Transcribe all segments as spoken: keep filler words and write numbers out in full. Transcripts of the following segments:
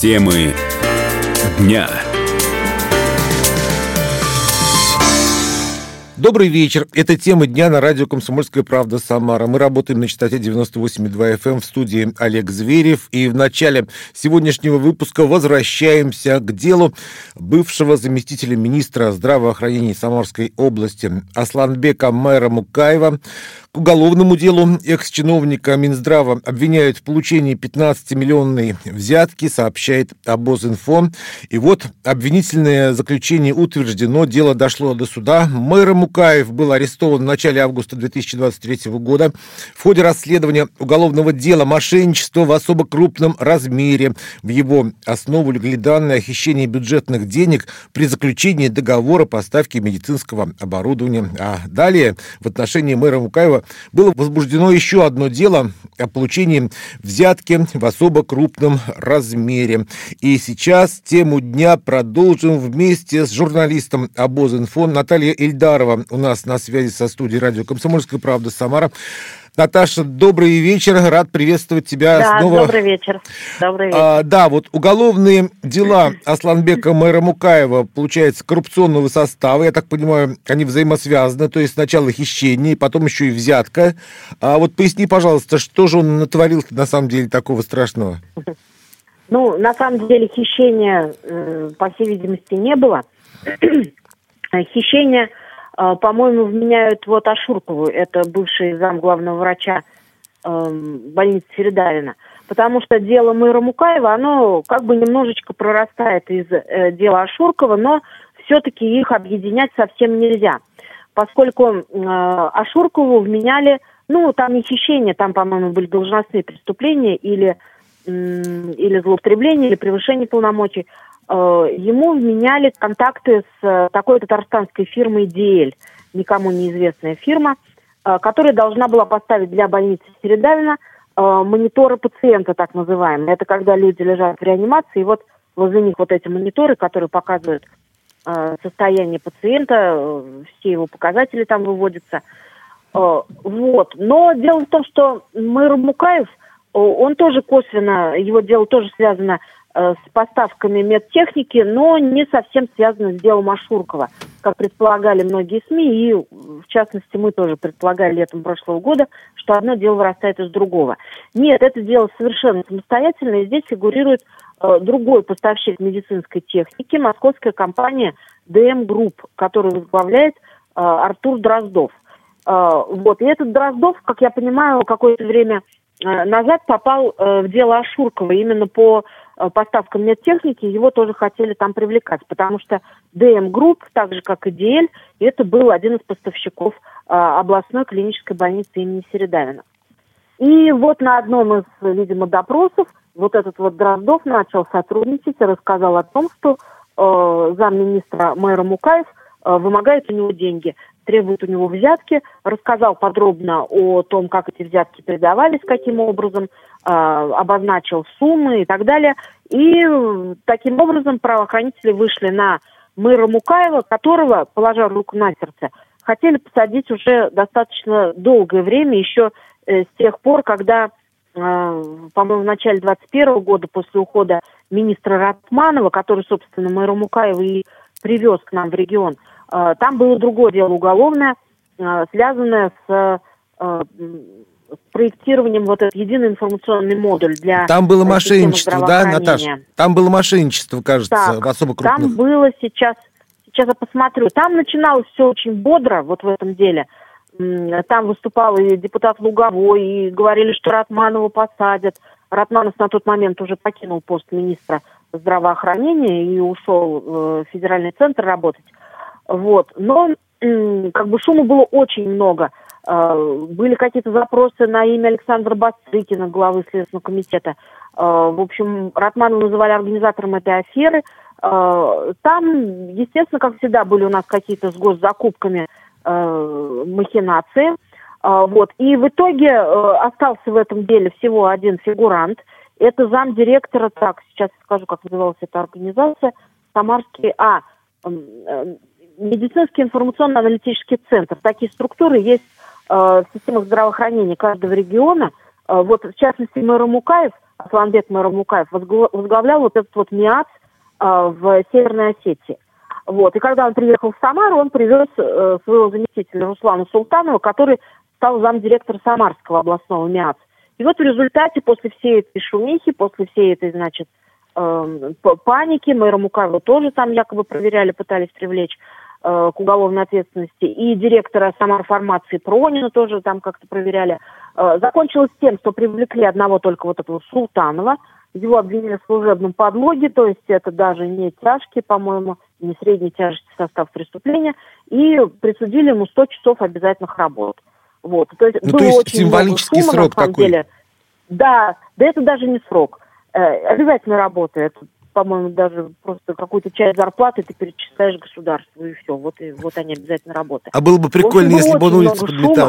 Темы дня. Добрый вечер. Это тема дня на радио «Комсомольская правда» Самара. Мы работаем на частоте девяносто восемь и два эф эм, в студии Олег Зверев. И в начале сегодняшнего выпуска возвращаемся к делу бывшего заместителя министра здравоохранения Самарской области Асланбека Майрамукаева. К уголовному делу экс-чиновника Минздрава обвиняют в получении пятнадцатимиллионной взятки, сообщает Обоз.Инфо. И вот обвинительное заключение утверждено, дело дошло до суда. Майрамукаев был арестован в начале августа две тысячи двадцать третьего года в ходе расследования уголовного дела мошенничества в особо крупном размере. В его основу легли данные о хищении бюджетных денег при заключении договора поставки медицинского оборудования. А далее в отношении Майрамукаева было возбуждено еще одно дело о получении взятки в особо крупном размере. И сейчас тему дня продолжим вместе с журналистом Обоз.Инфо Натальей Эльдарова. У нас на связи со студией радио «Комсомольская правда» Самара. Наташа, добрый вечер. Рад приветствовать тебя да, снова. Добрый вечер. Добрый вечер. А, да, вот уголовные дела Асланбека Майрамукаева, получается, коррупционного состава. Я так понимаю, они взаимосвязаны. То есть сначала хищение, потом еще и взятка. А вот поясни, пожалуйста, что же он натворил на самом деле такого страшного? Ну, на самом деле хищения, по всей видимости, не было. Хищение, по-моему, вменяют вот Ашуркову, это бывший зам главного врача э, больницы Середавина. Потому что дело Майрамукаева, оно как бы немножечко прорастает из э, дела Ашуркова, но все-таки их объединять совсем нельзя. Поскольку э, Ашуркову вменяли, ну, там не хищение, там, по-моему, были должностные преступления или, э, или злоупотребление, или превышение полномочий. Ему вменяли контакты с такой татарстанской фирмой ди эль, никому неизвестная фирма, которая должна была поставить для больницы Середавина мониторы пациента, так называемые. Это когда люди лежат в реанимации, и вот возле них вот эти мониторы, которые показывают состояние пациента, все его показатели там выводятся. Вот. Но дело в том, что Майрамукаев, он тоже косвенно, его дело тоже связано с поставками медтехники, но не совсем связано с делом Ашуркова, как предполагали многие СМИ, и в частности мы тоже предполагали летом прошлого года, что одно дело вырастает из другого. Нет, это дело совершенно самостоятельное, и здесь фигурирует э, другой поставщик медицинской техники, московская компания ди эм Group, которую возглавляет э, Артур Дроздов. Э, вот, и этот Дроздов, как я понимаю, какое-то время э, назад попал э, в дело Ашуркова именно по поставкам медтехники, его тоже хотели там привлекать, потому что ди эм Group, так же как и ди эль, это был один из поставщиков а, областной клинической больницы имени Середавина. И вот на одном из, видимо, допросов вот этот вот Дроздов начал сотрудничать и рассказал о том, что э, замминистра Майрамукаев э, вымогает у него деньги, требует у него взятки, рассказал подробно о том, как эти взятки передавались, каким образом, э, обозначил суммы и так далее. И таким образом правоохранители вышли на Майрамукаева, которого, положа руку на сердце, хотели посадить уже достаточно долгое время, еще э, с тех пор, когда, э, по-моему, в начале двадцать первого года, после ухода министра Ратманова, который, собственно, Майрамукаева и привез к нам в регион, э, там было другое дело уголовное, э, связанное с... Э, с проектированием вот этот единый информационный модуль для... Там было мошенничество, да, Наташа? Там было мошенничество, кажется, так, в особо крупных. Там было сейчас... Сейчас я посмотрю. Там начиналось все очень бодро, вот в этом деле. Там выступал и депутат Луговой, и говорили, что Ратманова посадят. Ратманов на тот момент уже покинул пост министра здравоохранения и ушел в федеральный центр работать. Вот. Но как бы шума было очень много. Были какие-то запросы на имя Александра Бастрыкина, главы Следственного комитета. В общем, Ратманова называли организатором этой аферы. Там, естественно, как всегда, были у нас какие-то с госзакупками махинации. Вот. И в итоге остался в этом деле всего один фигурант. Это замдиректора, так, сейчас скажу, как называлась эта организация, Самарский, а, медицинский информационно-аналитический центр. Такие структуры есть э, в системах здравоохранения каждого региона. Э, вот, в частности, Майрамукаев Асланбек Мэйрамукаев возглавлял вот этот вот МИАЦ в Северной Осетии. Вот. И когда он приехал в Самару, он привез своего заместителя Руслана Султанова, который стал замдиректора Самарского областного МИАЦ. И вот в результате, после всей этой шумихи, после всей этой, значит, э, паники, Мэйрамукаева тоже там якобы проверяли, пытались привлечь э, к уголовной ответственности, и директора Самарформации Пронина тоже там как-то проверяли. Э, закончилось тем, что привлекли одного только вот этого Султанова, его обвинили в служебном подлоге, то есть это даже не тяжкий, по-моему, не средней тяжести состав преступления, и присудили ему сто часов обязательных работ. Вот. То есть, ну, было то есть очень символический много шума, срок на самом такой. Деле. Да, да это даже не срок. Э, обязательно работа. Это, по-моему, даже просто какую-то часть зарплаты ты перечисляешь государству, и все. Вот, и, вот они обязательно работают. А было бы прикольно, общем, если бы он улицу подметал.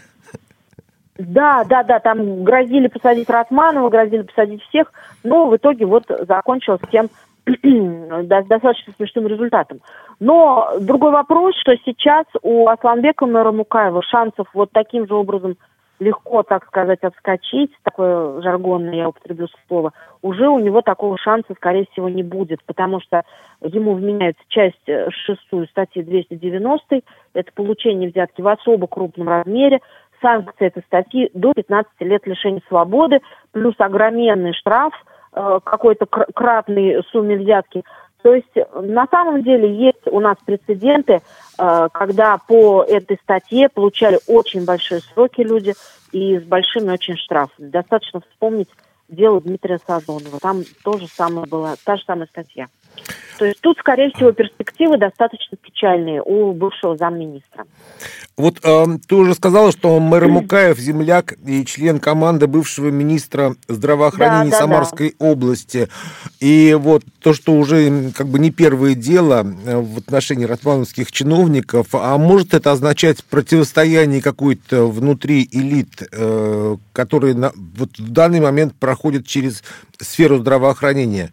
Да, да, да, там грозили посадить Ратманова, грозили посадить всех, но в итоге вот закончилось тем достаточно смешным результатом. Но другой вопрос, что сейчас у Асланбека Мэйрамукаева шансов вот таким же образом легко, так сказать, отскочить, такое жаргонное я употреблю слово, уже у него такого шанса, скорее всего, не будет, потому что ему вменяется часть шестую статьи двести девяносто, это получение взятки в особо крупном размере, санкция этой статьи до пятнадцати лет лишения свободы, плюс огроменный штраф, э, какой-то кр- кратной сумме взятки. То есть на самом деле есть у нас прецеденты, э, когда по этой статье получали очень большие сроки люди и с большими очень штрафами. Достаточно вспомнить дело Дмитрия Сазонова. Там тоже самое была, та же самая статья. То есть тут, скорее всего, перспективы достаточно печальные у бывшего замминистра. Вот э, ты уже сказала, что Мэйрамукаев земляк и член команды бывшего министра здравоохранения да, да, Самарской да. области. И вот то, что уже как бы не первое дело в отношении ратмановских чиновников, а может это означать противостояние какой-то внутри элит, э, которые на, вот в данный момент проходят через сферу здравоохранения?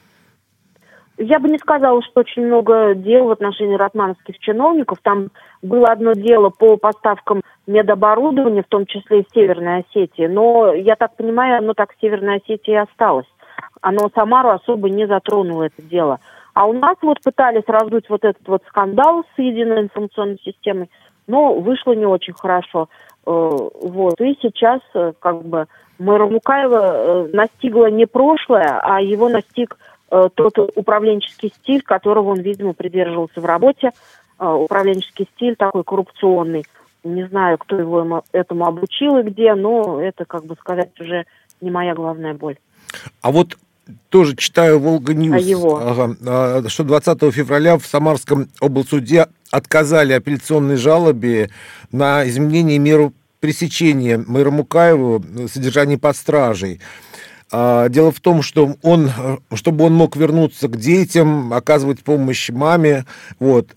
Я бы не сказала, что очень много дел в отношении ратмановских чиновников. Там было одно дело по поставкам медоборудования, в том числе и в Северной Осетии. Но, я так понимаю, оно так в Северной Осетии и осталось. Оно Самару особо не затронуло это дело. А у нас вот пытались раздуть вот этот вот скандал с единой информационной системой, но вышло не очень хорошо. Вот. И сейчас как бы Мэйрамукаева настигло не прошлое, а его настиг тот управленческий стиль, которого он, видимо, придерживался в работе. Управленческий стиль такой коррупционный. Не знаю, кто его этому обучил и где, но это, как бы сказать, уже не моя главная боль. А вот тоже читаю Волга Ньюс, ага, что двадцатого февраля в Самарском облсуде отказали апелляционной жалобе на изменение меры пресечения Мэйрамукаеву содержания под стражей. Дело в том, что он, чтобы он мог вернуться к детям, оказывать помощь маме, вот,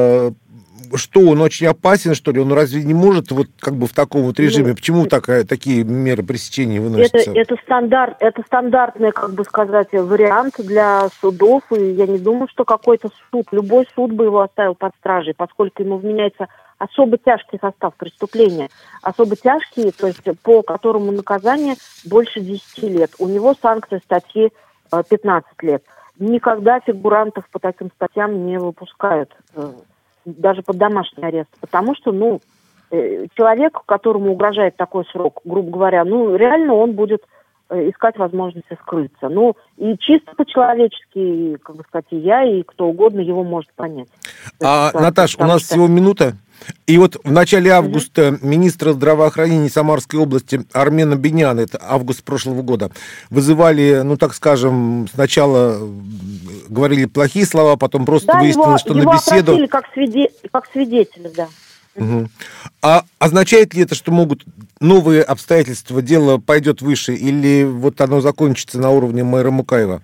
что он очень опасен, что ли? Он разве не может вот как бы в таком вот режиме? Ну, почему такая, такие меры пресечения выносятся? Это, это, стандарт, это стандартный, как бы сказать, вариант для судов, и я не думаю, что какой-то суд, любой суд бы его оставил под стражей, поскольку ему вменяется особо тяжкий состав преступления. Особо тяжкий, то есть по которому наказание больше десяти лет. У него санкция статьи пятнадцать лет. Никогда фигурантов по таким статьям не выпускают, даже под домашний арест. Потому что, ну, человек, которому угрожает такой срок, грубо говоря, ну, реально он будет искать возможности скрыться. Ну, и чисто по-человечески, как бы сказать, и я, и кто угодно его может понять. А, Наташ, у нас что... всего минута. И вот в начале августа mm-hmm. министра здравоохранения Самарской области Армена Беняна, это август прошлого года, вызывали, ну, так скажем, сначала говорили плохие слова, потом просто да, выяснилось, его, что его на беседу... опросили как, свиде... как свидетеля, да. Угу. А означает ли это, что могут новые обстоятельства, дело пойдет выше, или вот оно закончится на уровне Мэйрамукаева?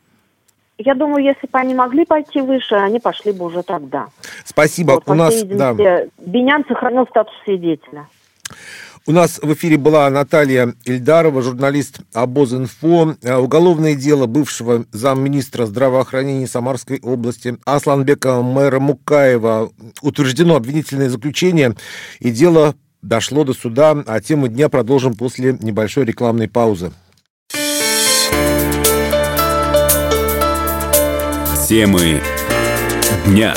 Я думаю, если бы они могли пойти выше, они пошли бы уже тогда. Спасибо. Вот, у нас, да. Бенян сохранил статус свидетеля. У нас в эфире была Наталья Ильдарова, журналист Обоз.Инфо. Уголовное дело бывшего замминистра здравоохранения Самарской области Асланбека Мэйрамукаева утверждено обвинительное заключение, и дело дошло до суда, а тему дня продолжим после небольшой рекламной паузы. Темы дня.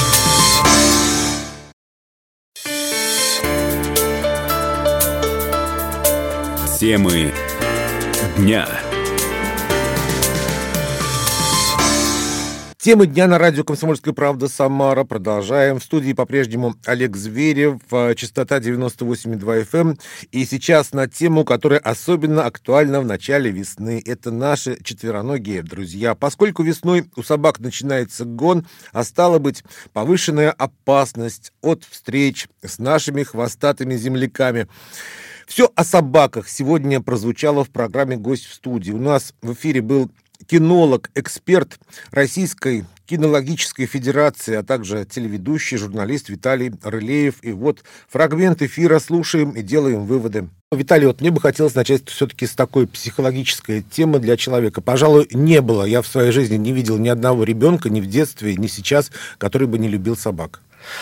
Темы дня. Темы дня на радио «Комсомольская правда» Самара. Продолжаем. В студии по-прежнему Олег Зверев, частота девяносто восемь и два эф эм. И сейчас на тему, которая особенно актуальна в начале весны. Это наши четвероногие друзья. Поскольку весной у собак начинается гон, а стало быть, повышенная опасность от встреч с нашими хвостатыми земляками. Все о собаках сегодня прозвучало в программе «Гость в студии». У нас в эфире был кинолог, эксперт Российской кинологической федерации, а также телеведущий, журналист Виталий Рылеев. И вот фрагмент эфира слушаем и делаем выводы. Виталий, вот мне бы хотелось начать все-таки с такой психологической темы для человека. Пожалуй, не было, я в своей жизни не видел ни одного ребенка, ни в детстве, ни сейчас, который бы не любил собак.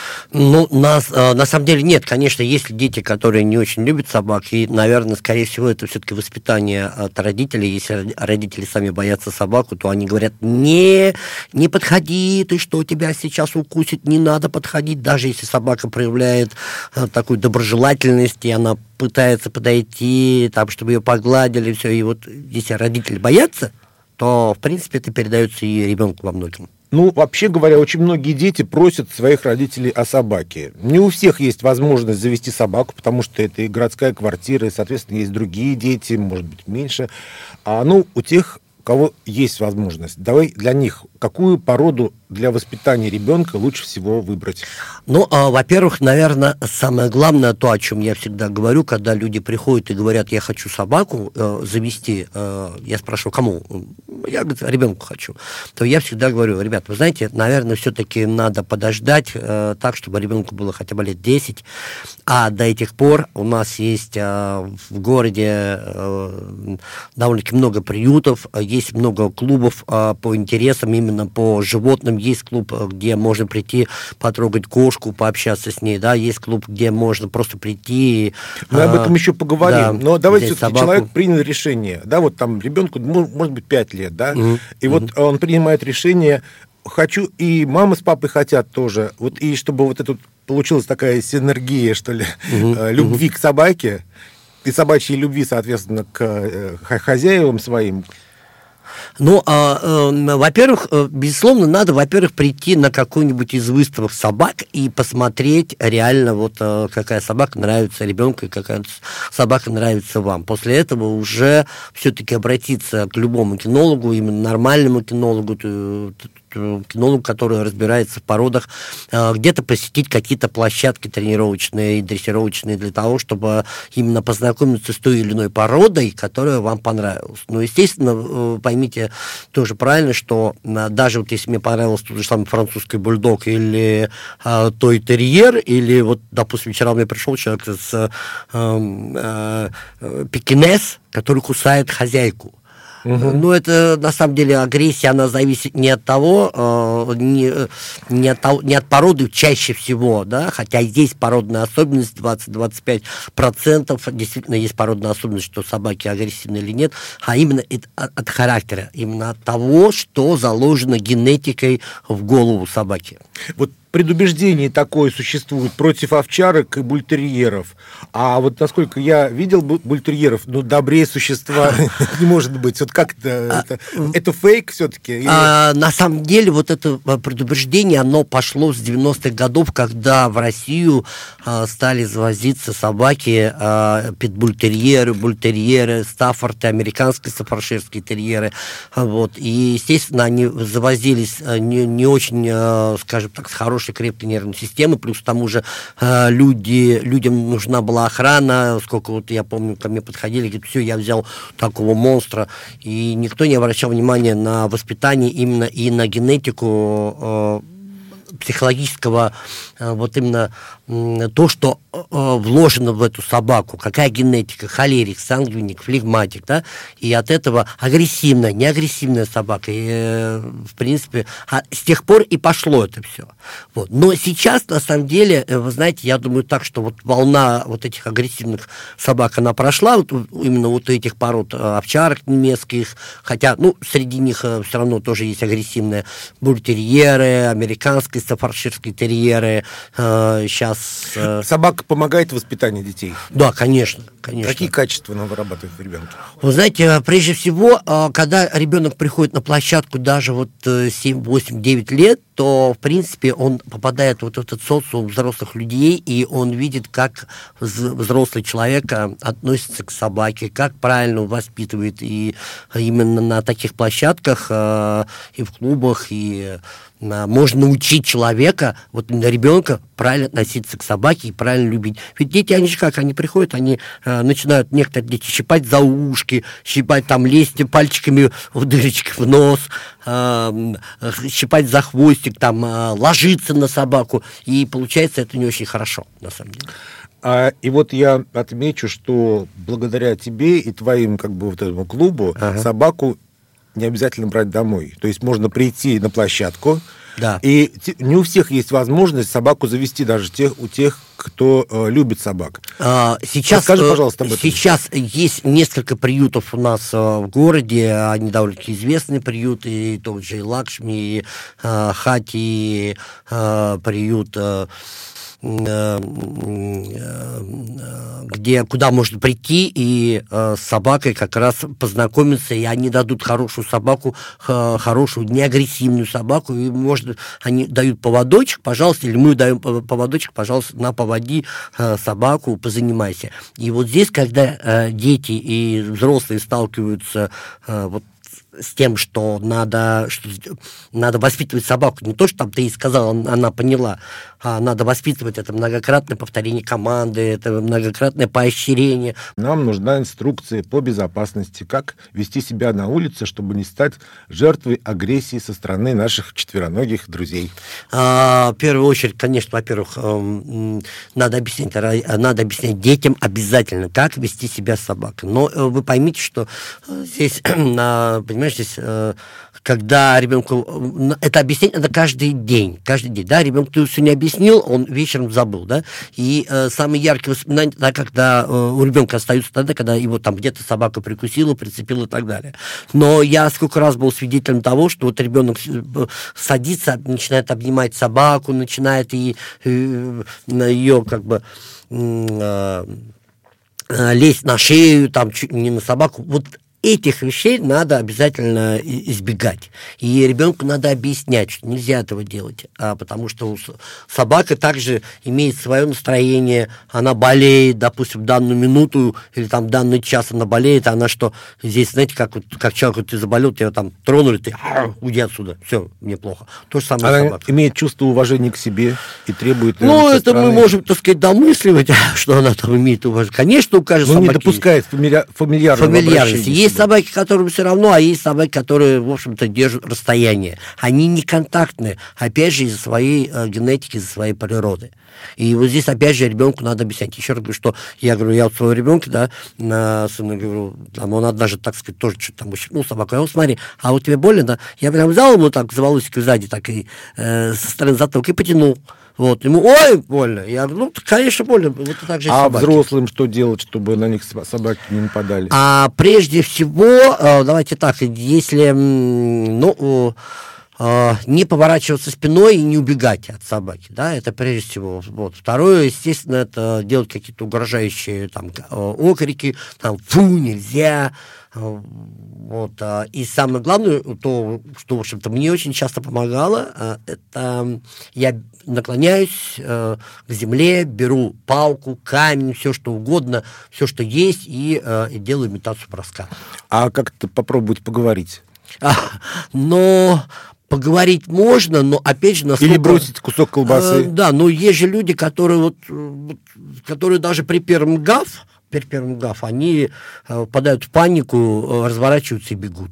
Ну, на, на самом деле нет, конечно, есть дети, которые не очень любят собак, и, наверное, скорее всего, это все-таки воспитание от родителей. Если родители сами боятся собаку, то они говорят: не, не подходи, ты что, тебя сейчас укусит, не надо подходить, даже если собака проявляет такую доброжелательность, и она пытается подойти, там, чтобы ее погладили, все, и вот если родители боятся, то, в принципе, это передается и ребенку во многом. Ну, вообще говоря, очень многие дети просят своих родителей о собаке. Не у всех есть возможность завести собаку, потому что это и городская квартира, и, соответственно, есть другие дети, может быть, меньше. А ну, у тех, у кого есть возможность, давай для них какую породу для воспитания ребенка лучше всего выбрать? Ну, а, во-первых, наверное, самое главное, то, о чем я всегда говорю, когда люди приходят и говорят: я хочу собаку э, завести, э, я спрашиваю, кому? Я, говорю, ребенку хочу. То я всегда говорю: ребят, вы знаете, наверное, все-таки надо подождать э, так, чтобы ребенку было хотя бы лет десять, а до этих пор у нас есть э, в городе э, довольно-таки много приютов, есть много клубов э, по интересам, именно по животным. Есть клуб, где можно прийти потрогать кошку, пообщаться с ней, да, есть клуб, где можно просто прийти. Мы а, об этом еще поговорим. Да, но давайте все-таки собаку. Человек принял решение, да, вот там ребенку, может быть, пять лет, да, mm-hmm. и вот mm-hmm. он принимает решение: хочу, и мама с папой хотят тоже, вот, и чтобы вот это получилась такая синергия, что ли, mm-hmm. любви mm-hmm. к собаке и собачьей любви, соответственно, к хозяевам своим. Ну, а, э, во-первых, э, безусловно, надо, во-первых, прийти на какую-нибудь из выставок собак и посмотреть реально, вот, э, какая собака нравится ребенку и какая собака нравится вам. После этого уже все-таки обратиться к любому кинологу, именно нормальному кинологу, кинологу, который разбирается в породах, э, где-то посетить какие-то площадки тренировочные и дрессировочные для того, чтобы именно познакомиться с той или иной породой, которая вам понравилась. Ну, естественно, э, поймите тоже правильно, что э, даже вот если мне понравился тот же самый французский бульдог или э, той терьер, или вот, допустим, вчера мне пришел человек с э, э, э, пекинес, который кусает хозяйку. Uh-huh. Ну, это, на самом деле, агрессия, она зависит не от того, э, не, не, от того не от породы чаще всего, да, хотя есть породная особенность, двадцать-двадцать пять процентов действительно есть породная особенность, что собаки агрессивны или нет, а именно от, от характера, именно от того, что заложено генетикой в голову собаки. Вот предубеждение такое существует против овчарок и бультерьеров. А вот насколько я видел бультерьеров, ну, добрее существа не может быть. Вот как это? Это, это фейк все-таки? А, на самом деле, вот это предубеждение, оно пошло с девяностых годов, когда в Россию а, стали завозиться собаки, а, питбультерьеры, бультерьеры, стаффорды, американские стаффордширские терьеры. Вот. И, естественно, они завозились не, не очень, а, скажем так, с хорошей крепкой нервной системы, плюс к тому же э, люди, людям нужна была охрана, сколько вот я помню, ко мне подходили, говорят: все, я взял такого монстра, и никто не обращал внимания на воспитание именно и на генетику э, психологического, э, вот именно то, что вложено в эту собаку, какая генетика, холерик, сангвиник, флегматик, да, и от этого агрессивная, неагрессивная собака, и, в принципе, а с тех пор и пошло это все. Вот. Но сейчас, на самом деле, вы знаете, я думаю так, что вот волна вот этих агрессивных собак, она прошла, вот, именно вот этих пород овчарок немецких, хотя, ну, среди них все равно тоже есть агрессивные бультерьеры, американские стаффордширские терьеры, э, сейчас... Э... Собака помогает в воспитании детей? Да, конечно, конечно. Какие качества она вырабатывает в ребенке? Вы знаете, прежде всего, когда ребенок приходит на площадку даже вот семь, восемь, девять лет, то, в принципе, он попадает вот в этот социум взрослых людей, и он видит, как взрослый человек относится к собаке, как правильно он воспитывает. И именно на таких площадках и в клубах, и можно научить человека, вот ребенка, правильно относиться к собаке и правильно любить. Ведь дети, они же как, они приходят, они э, начинают, некоторые дети, щипать за ушки, щипать там, лезть пальчиками в дырочки в нос, э, щипать за хвостик, там, э, ложиться на собаку, и получается это не очень хорошо, на самом деле. А, и вот я отмечу, что благодаря тебе и твоим, как бы, вот этому клубу, ага. собаку не обязательно брать домой. То есть можно прийти на площадку, да. и не у всех есть возможность собаку завести, даже тех, у тех, кто э, любит собак. А, сейчас, Расскажи, пожалуйста, об этом. Сейчас есть несколько приютов у нас э, в городе, они довольно-таки известные приюты, и тот же и Лакшми, и э, Хати, и э, приют... Э, где, куда можно прийти и э, с собакой как раз познакомиться, и они дадут хорошую собаку, х, хорошую, неагрессивную собаку, и можно, они дают поводочек, пожалуйста, или мы даем поводочек, пожалуйста, на поводи э, собаку, позанимайся. И вот здесь, когда э, дети и взрослые сталкиваются э, вот с тем, что надо, что надо воспитывать собаку. Не то, что там ты ей сказала, она поняла, а надо воспитывать это многократное повторение команды, это многократное поощрение. Нам нужна инструкция по безопасности, как вести себя на улице, чтобы не стать жертвой агрессии со стороны наших четвероногих друзей. А, в первую очередь, конечно, во-первых, надо объяснять, надо объяснять детям обязательно, как вести себя с собакой. Но вы поймите, что здесь, понимаешь, здесь, когда ребенку... Это объяснять надо каждый день. Каждый день, да, ребенку ты все не объяснил, он вечером забыл, да. И э, самые яркие воспоминания, да, когда э, у ребенка остаются тогда, когда его там где-то собака прикусила, прицепила и так далее. Но я сколько раз был свидетелем того, что вот ребенок садится, начинает обнимать собаку, начинает и, э, ее как бы... Э, лезть на шею, там, чуть не на собаку. Вот этих вещей надо обязательно избегать. И ребенку надо объяснять, что нельзя этого делать, а потому что собака также имеет свое настроение, она болеет, допустим, в данную минуту или там в данный час она болеет, она что, здесь, знаете, как, вот, как человек, вот, ты заболел, тебя там тронули, ты уйди отсюда, все, мне плохо. То же самое она собака. Имеет чувство уважения к себе и требует... Ну, это стороны... мы можем, так сказать, домысливать, что она там имеет уважение. Конечно, у каждой собаки... не допускает фамилья... фамильярного фамильярности. Есть собаки, которым все равно, а есть собаки, которые, в общем-то, держат расстояние. Они не контактные, опять же, из-за своей э, генетики, из-за своей природы. И вот здесь, опять же, ребенку надо объяснять. Еще раз говорю, что я говорю, я вот своего ребенка, да, на сына говорю, там, он однажды, так сказать, тоже что-то там ущипнул собаку. Я говорю, смотри, а вот тебе больно, да? Я прям взял ему так за волосики сзади, так и э, со стороны затылка и потянул. Вот, ему, ой, больно. Я говорю, ну, конечно, больно. Вот так же а собаки. Взрослым что делать, чтобы на них собаки не нападали? А прежде всего, давайте так, если, ну, не поворачиваться спиной и не убегать от собаки, да, это прежде всего. Вот. Второе, естественно, это делать какие-то угрожающие там окрики, там, фу, нельзя. Вот. И самое главное, то, что, в общем-то, мне очень часто помогало, это я наклоняюсь к земле, беру палку, камень, все что угодно, все, что есть, и, и делаю имитацию броска. А как-то попробовать поговорить? А, но... Поговорить можно, но опять же... Насколько... Или бросить кусок колбасы. Э, да, но есть же люди, которые, вот, вот, которые даже при первом гаф, при первом гаф, они э, впадают в панику, э, разворачиваются и бегут.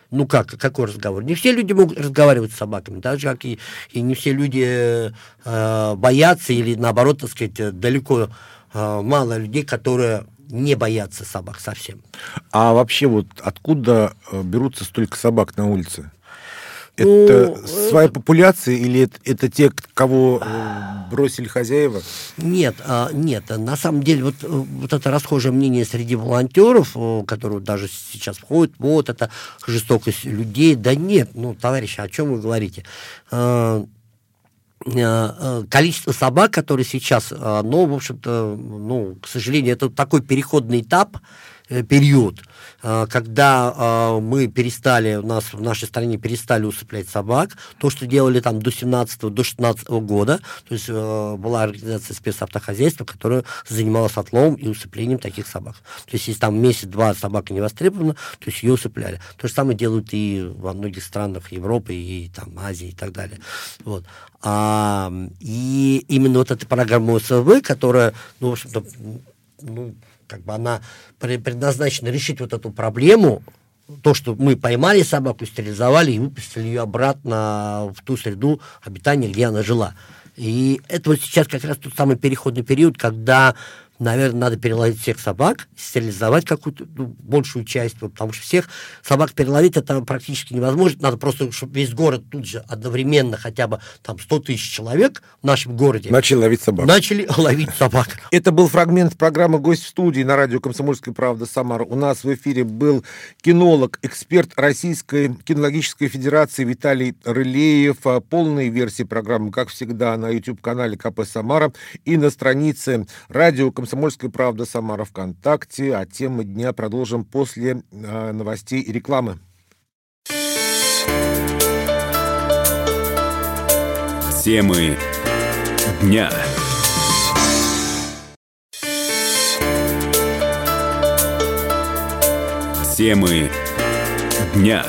Ну как, какой разговор? Не все люди могут разговаривать с собаками, так же, как и, и не все люди э, боятся или, наоборот, так сказать, далеко э, мало людей, которые не боятся собак совсем. А вообще вот откуда берутся столько собак на улице? Это ну, своя популяция или это, это те, кого бросили хозяева? Нет, а, нет. На самом деле вот, вот это расхожее мнение среди волонтеров, которые даже сейчас входят, вот это жестокость людей. Да нет, ну, товарищи, о чем вы говорите? А, количество собак, которые сейчас, ну, в общем-то, ну, к сожалению, это такой переходный этап, период, когда мы перестали, у нас в нашей стране перестали усыплять собак, то, что делали там до семнадцатого, до шестнадцатого года, то есть была организация спецавтохозяйства, которая занималась отловом и усыплением таких собак. То есть если там месяц-два собака не востребована, то есть ее усыпляли. То же самое делают и во многих странах Европы, и там Азии и так далее. Вот. А, и именно вот эта программа О С В, которая, ну, в общем-то, ну, как бы она предназначена решить вот эту проблему, то, что мы поймали собаку, стерилизовали и выпустили ее обратно в ту среду обитания, где она жила. И это вот сейчас как раз тот самый переходный период, когда, наверное, надо переловить всех собак, стерилизовать какую-то, ну, большую часть, потому что всех собак переловить это практически невозможно. Надо просто, чтобы весь город тут же одновременно, хотя бы там сто тысяч человек в нашем городе начали ловить собак. Начали ловить собак. Это был фрагмент программы «Гость в студии» на радио «Комсомольская правда» Самара. У нас в эфире был кинолог, эксперт Российской кинологической федерации Виталий Рылеев. Полные версии программы, как всегда, на YouTube-канале ка пэ Самара и на странице радио «Комсомольская правда» Самара ВКонтакте. А темы дня продолжим после э, новостей и рекламы. Темы дня. Темы дня.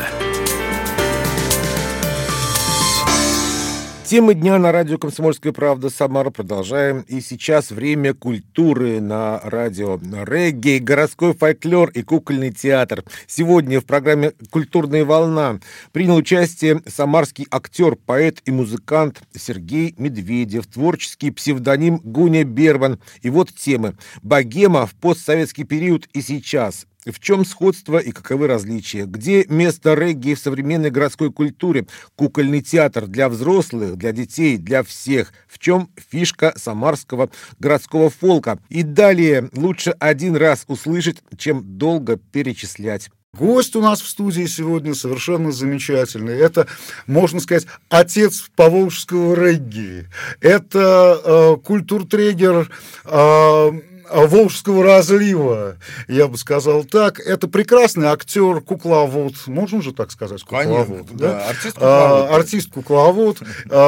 Темы дня на радио «Комсомольская правда» Самара. Продолжаем. И сейчас время культуры на радио. Регги, городской фольклор и кукольный театр. Сегодня в программе «Культурная волна» принял участие самарский актер, поэт и музыкант Сергей Медведев, творческий псевдоним Гуня Берман. И вот темы. Богема в постсоветский период и сейчас. В чем сходство и каковы различия? Где место регги в современной городской культуре? Кукольный театр для взрослых, для детей, для всех. В чем фишка самарского городского фолка? И далее лучше один раз услышать, чем долго перечислять. Гость у нас в студии сегодня совершенно замечательный. Это, можно сказать, отец поволжского регги. Это э, культуртрегер э, Волжского разлива, я бы сказал так. Это прекрасный актер, кукловод. Можно же так сказать? Кукловод. Конечно, да? Да, артист-кукловод. А, артист-кукловод,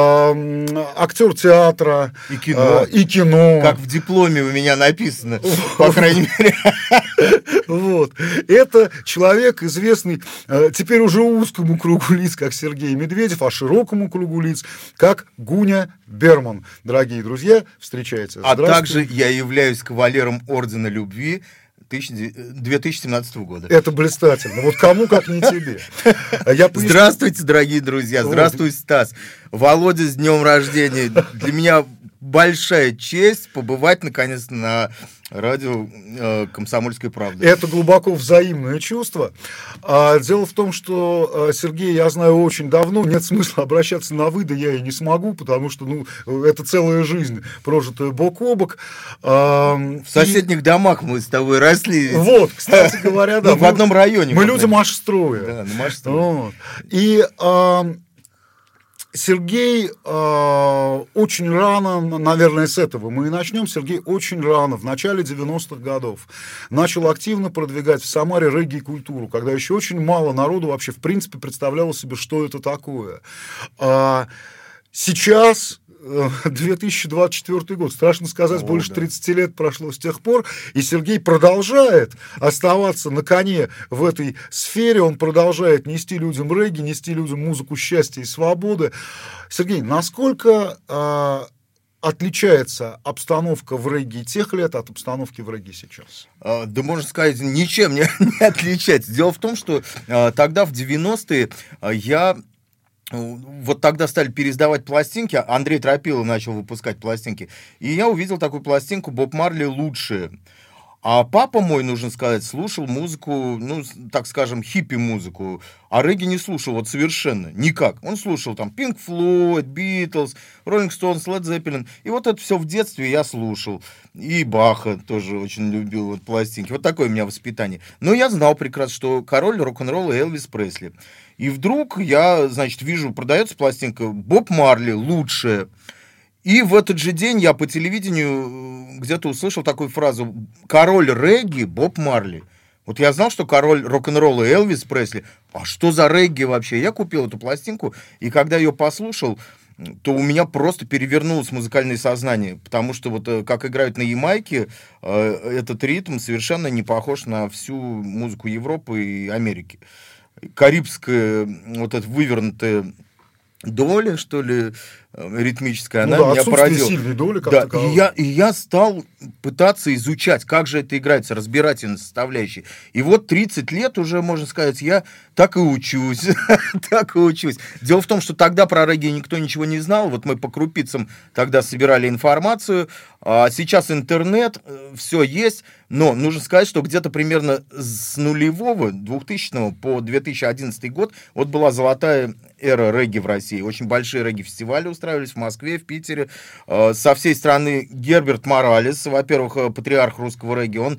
а, актер театра. И кино. А, и кино. Как в дипломе у меня написано, по крайней мере. Вот. Это человек, известный теперь уже узкому кругу лиц, как Сергей Медведев, а широкому кругу лиц, как Гуня Берман. Дорогие друзья, встречайте. А также я являюсь кавалером Ордена Любви две тысячи семнадцатого года. Это блистательно. Вот кому, как не тебе. Я поясню... Здравствуйте, дорогие друзья. Здравствуй, Стас. Володя, с днем рождения. Для меня большая честь побывать, наконец, на радио э, «Комсомольская правда». Это глубоко взаимное чувство. А, дело в том, что а, Сергея я знаю очень давно. Нет смысла обращаться на «вы», да я и не смогу, потому что ну, это целая жизнь, прожитая бок о бок. А, в соседних и... домах мы с тобой росли. Вот, кстати говоря, да. В одном районе. Мы люди Машстроя. Да, на Машстроя. И... Сергей э, очень рано, наверное, с этого мы и начнем. Сергей очень рано, в начале девяностых годов, начал активно продвигать в Самаре регги-культуру, когда еще очень мало народу вообще, в принципе, представляло себе, что это такое. А сейчас... две тысячи двадцать четвёртый год, страшно сказать, О, больше да. тридцати лет прошло с тех пор, и Сергей продолжает оставаться на коне в этой сфере, он продолжает нести людям регги, нести людям музыку счастья и свободы. Сергей, насколько э, отличается обстановка в регги тех лет от обстановки в регги сейчас? А, да, можно сказать, ничем не, не отличается. Дело в том, что а, тогда, в девяностые, а, я... Вот тогда стали переиздавать пластинки, Андрей Тропилов начал выпускать пластинки, и я увидел такую пластинку «Боб Марли лучшие». А папа мой, нужно сказать, слушал музыку, ну, так скажем, хиппи-музыку, а регги не слушал вот совершенно, никак. Он слушал там Pink Floyd, Beatles, Rolling Stones, Led Zeppelin, и вот это все в детстве я слушал. И Баха тоже очень любил вот пластинки. Вот такое у меня воспитание. Но я знал прекрасно, что король рок-н-ролла Элвис Пресли. И вдруг я, значит, вижу, продается пластинка «Боб Марли лучшая». И в этот же день я по телевидению где-то услышал такую фразу «Король регги Боб Марли». Вот я знал, что король рок-н-ролла Элвис Пресли. А что за регги вообще? Я купил эту пластинку, и когда ее послушал, то у меня просто перевернулось музыкальное сознание, потому что вот как играют на Ямайке, этот ритм совершенно не похож на всю музыку Европы и Америки. Карибская вот эта вывернутая доля, что ли, ритмическая, ну она да, меня поразила. Сильной доли, как да, и я, и я стал пытаться изучать, как же это играется, разбирательные составляющие. И вот тридцать лет уже, можно сказать, я так и учусь, так и учусь. Дело в том, что тогда про регги никто ничего не знал, вот мы по крупицам тогда собирали информацию, а сейчас интернет, все есть, но нужно сказать, что где-то примерно с нулевого, двухтысячного по две тысячи одиннадцатый год, вот была золотая эра регги в России. Очень большие регги-фестивали устраивались в Москве, в Питере. Со всей страны Герберт Моралес, во-первых, патриарх русского регги, он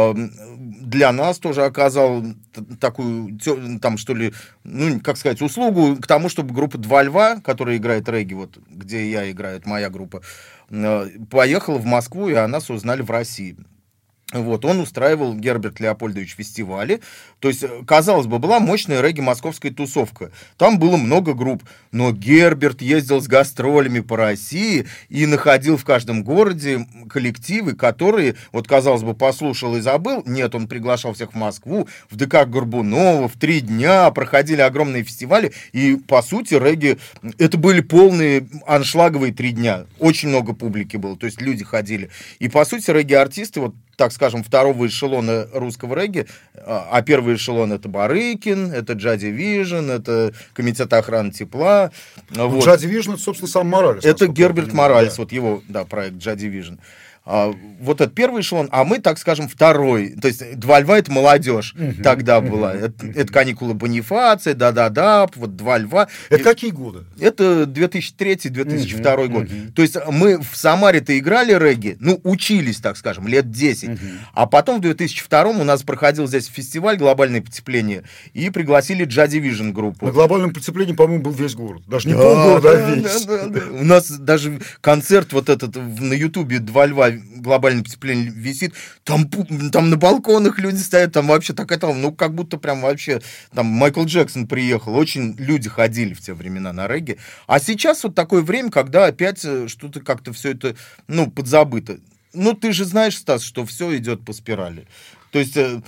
для нас тоже оказал такую, там, что ли, ну, как сказать, услугу к тому, чтобы группа «Два льва», которая играет регги, вот, где я играю, это моя группа, поехала в Москву, и о нас узнали в России. Вот, он устраивал, Герберт Леопольдович, фестивали. То есть, казалось бы, была мощная регги-московская тусовка. Там было много групп. Но Герберт ездил с гастролями по России и находил в каждом городе коллективы, которые, вот, казалось бы, послушал и забыл. Нет, он приглашал всех в Москву, в ДК Горбунова, в три дня проходили огромные фестивали. И, по сути, регги, это были полные аншлаговые три дня. Очень много публики было, то есть люди ходили. И, по сути, регги-артисты, вот, так скажем, второго эшелона русского регги, а первый эшелон — это Барыкин, это Joy Division, это Комитет охраны тепла. Вот. Joy Division — это, собственно, сам Моралес. Это Герберт Моралес, да. Вот его, да, проект Joy Division. А, вот это первый эшелон, а мы, так скажем, второй. То есть «Два льва» — это молодежь uh-huh, тогда uh-huh, была. Uh-huh. Это, это «Каникулы Бонифация», «Да-да-да», вот «Два льва». Это и, какие годы? Это две тысячи третий — две тысячи второй uh-huh, год. Uh-huh. То есть мы в Самаре-то играли регги, ну, учились, так скажем, лет десять. Uh-huh. А потом в две тысячи втором у нас проходил здесь фестиваль «Глобальное потепление», и пригласили Joy Division группу. На «Глобальном потеплении», по-моему, был весь город. Даже не да, полгорода, да, а весь. Да, да, да. У нас даже концерт вот этот на Ютубе «Два льва», «Глобальное потепление» висит, там, там на балконах люди стоят, там вообще такая там, ну, как будто прям вообще там Майкл Джексон приехал, очень люди ходили в те времена на регги. А сейчас вот такое время, когда опять что-то как-то все это, ну, подзабыто. Ну, ты же знаешь, Стас, что все идет по спирали. То есть э,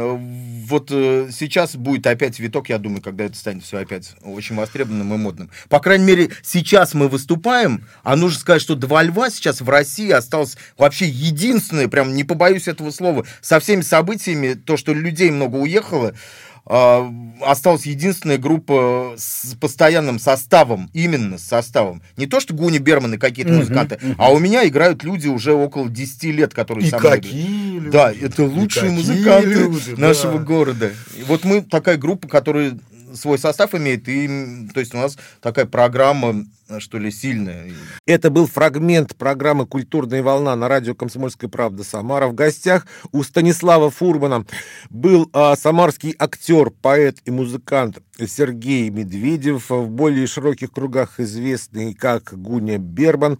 вот э, сейчас будет опять виток, я думаю, когда это станет все опять очень востребованным и модным. По крайней мере, сейчас мы выступаем, а нужно сказать, что «Два льва» сейчас в России осталось вообще единственное, прям не побоюсь этого слова, со всеми событиями, то, что людей много уехало, Uh, осталась единственная группа с постоянным составом, именно с составом. Не то, что Гуни Берман и какие-то uh-huh, музыканты, uh-huh. а у меня играют люди уже около десяти лет, которые и со мной какие люди? Да, это лучшие музыканты люди, нашего да. города. И вот мы такая группа, которая свой состав имеет, и то есть у нас такая программа, что ли, сильная. Это был фрагмент программы «Культурная волна» на радио «Комсомольская правда» Самара. В гостях у Станислава Фурмана был а, самарский актер, поэт и музыкант Сергей Медведев, в более широких кругах известный как Гуня Берман.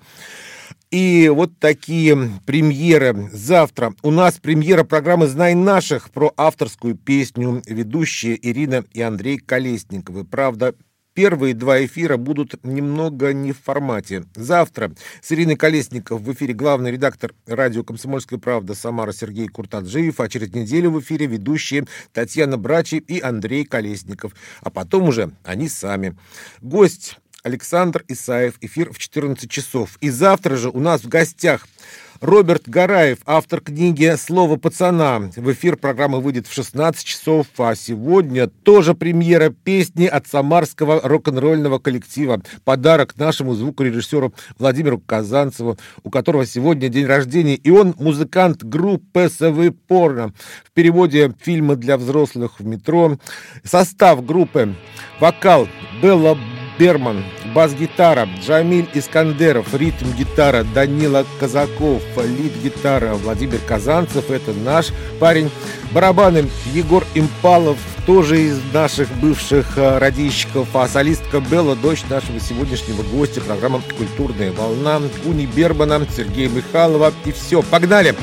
И вот такие премьеры. Завтра у нас премьера программы «Знай наших» про авторскую песню, ведущие Ирина и Андрей Колесниковы. Правда, первые два эфира будут немного не в формате. Завтра с Ириной Колесников в эфире главный редактор радио «Комсомольская правда» Самара Сергей Куртаджиев, а через неделю в эфире ведущие Татьяна Брачи и Андрей Колесников. А потом уже они сами. Гость Александр Исаев. Эфир в четырнадцать часов. И завтра же у нас в гостях Роберт Гараев, автор книги «Слово пацана». В эфир программа выйдет в шестнадцать часов, а сегодня тоже премьера песни от самарского рок-н-ролльного коллектива. Подарок нашему звукорежиссеру Владимиру Казанцеву, у которого сегодня день рождения, и он музыкант группы «СВ Порно». В переводе «Фильмы для взрослых в метро». Состав группы: вокал Белла Берман, бас-гитара Джамиль Искандеров, ритм-гитара Данила Казаков, лид-гитара Владимир Казанцев, это наш парень, барабаны Егор Импалов, тоже из наших бывших радищиков, а солистка Белла, дочь нашего сегодняшнего гостя, программа «Культурная волна», Уни Бермана, Сергея Михайлова. И все, погнали!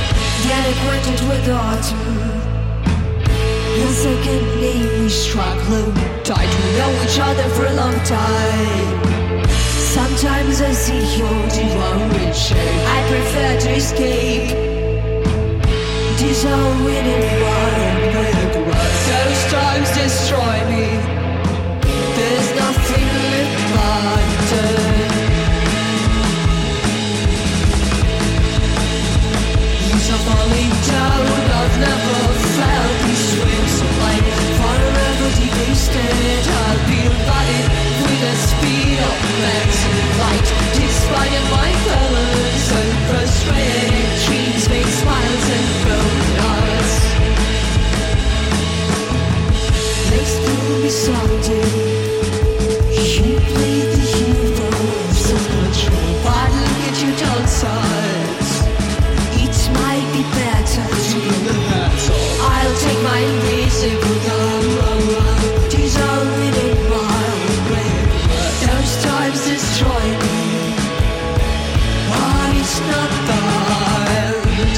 The second day we struck low, tried to know each other for a long time. Sometimes I see your devouring shape, I prefer to escape. Dissolving in wild regret, those times destroy me. There's nothing left but Years of falling down, I've never felt these waves of light. Forever devastated, I'll be embodied with the speed of dancing light. Despite of my colors and frustrated dreams, make smiles and broken hearts. Next will be someday. You play the hero of self-control, but look at your downsides. It might be better to be the battle. I'll take my invisible gun, dissolve it in wild rain. Those times destroy me, but it's not the end.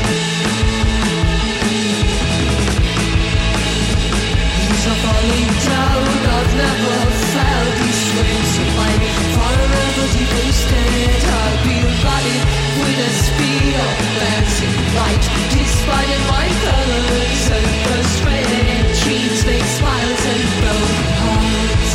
Years of falling down, I've never felt these waves of light. Forever devastated, I'll be embodied with the speed of dancing light. Despite of my colors and frustrated dreams, make smiles and broken hearts.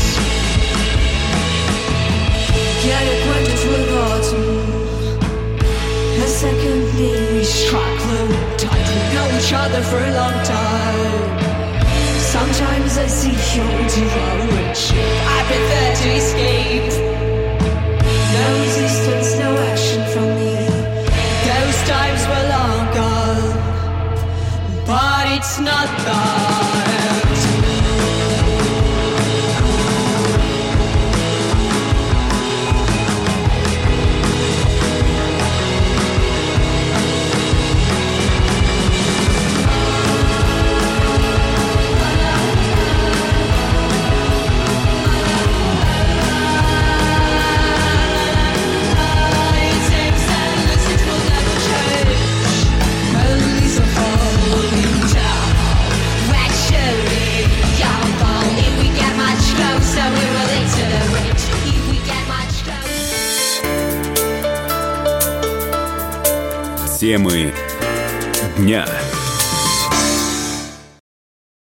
Get acquainted with autumn. A second day we struck low, tried to know each other for a long time. Sometimes I see your devouring shape, I prefer to escape. No resistance, no action from me. Those times were long gone, but it's not the end. Темы дня.